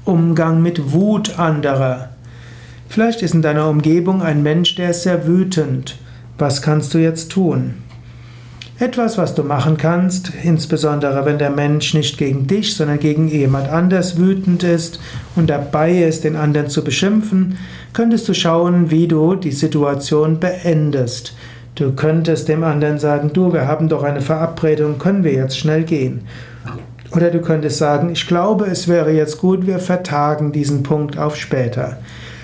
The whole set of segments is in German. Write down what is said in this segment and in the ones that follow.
Umgang mit Wut anderer. Vielleicht ist in deiner Umgebung ein Mensch, der ist sehr wütend. Was kannst du jetzt tun? Etwas, was du machen kannst, insbesondere wenn der Mensch nicht gegen dich, sondern gegen jemand anders wütend ist und dabei ist, den anderen zu beschimpfen, könntest du schauen, wie du die Situation beendest. Du könntest dem anderen sagen, du, wir haben doch eine Verabredung, können wir jetzt schnell gehen? Oder du könntest sagen, ich glaube, es wäre jetzt gut, wir vertagen diesen Punkt auf später.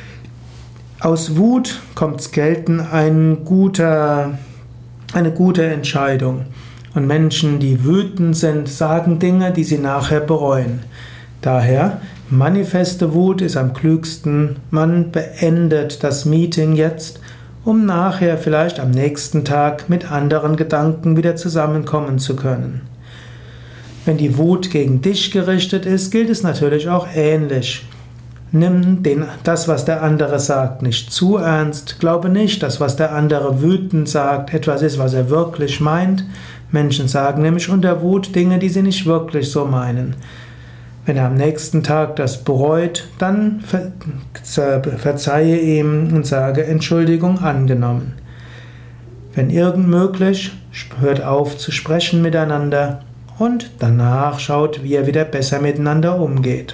Aus Wut kommt selten eine gute Entscheidung. Und Menschen, die wütend sind, sagen Dinge, die sie nachher bereuen. Daher, manifeste Wut ist am klügsten. Man beendet das Meeting jetzt, um nachher vielleicht am nächsten Tag mit anderen Gedanken wieder zusammenkommen zu können. Wenn die Wut gegen dich gerichtet ist, gilt es natürlich auch ähnlich. Nimm das, was der andere sagt, nicht zu ernst. Glaube nicht, dass was der andere wütend sagt, etwas ist, was er wirklich meint. Menschen sagen nämlich unter Wut Dinge, die sie nicht wirklich so meinen. Wenn er am nächsten Tag das bereut, dann verzeihe ihm und sage Entschuldigung angenommen. Wenn irgend möglich, hört auf zu sprechen miteinander und danach schaut, wie er wieder besser miteinander umgeht.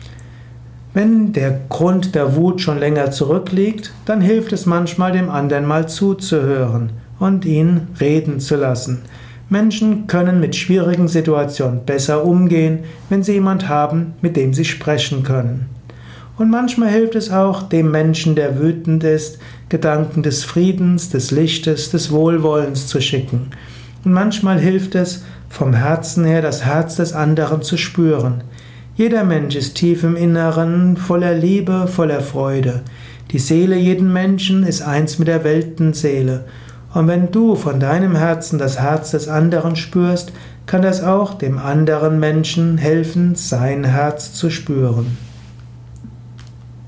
Wenn der Grund der Wut schon länger zurückliegt, dann hilft es manchmal, dem anderen mal zuzuhören und ihn reden zu lassen. Menschen können mit schwierigen Situationen besser umgehen, wenn sie jemand haben, mit dem sie sprechen können. Und manchmal hilft es auch, dem Menschen, der wütend ist, Gedanken des Friedens, des Lichtes, des Wohlwollens zu schicken. Und manchmal hilft es, vom Herzen her das Herz des anderen zu spüren. Jeder Mensch ist tief im Inneren voller Liebe, voller Freude. Die Seele jeden Menschen ist eins mit der Weltenseele. Und wenn du von deinem Herzen das Herz des anderen spürst, kann das auch dem anderen Menschen helfen, sein Herz zu spüren.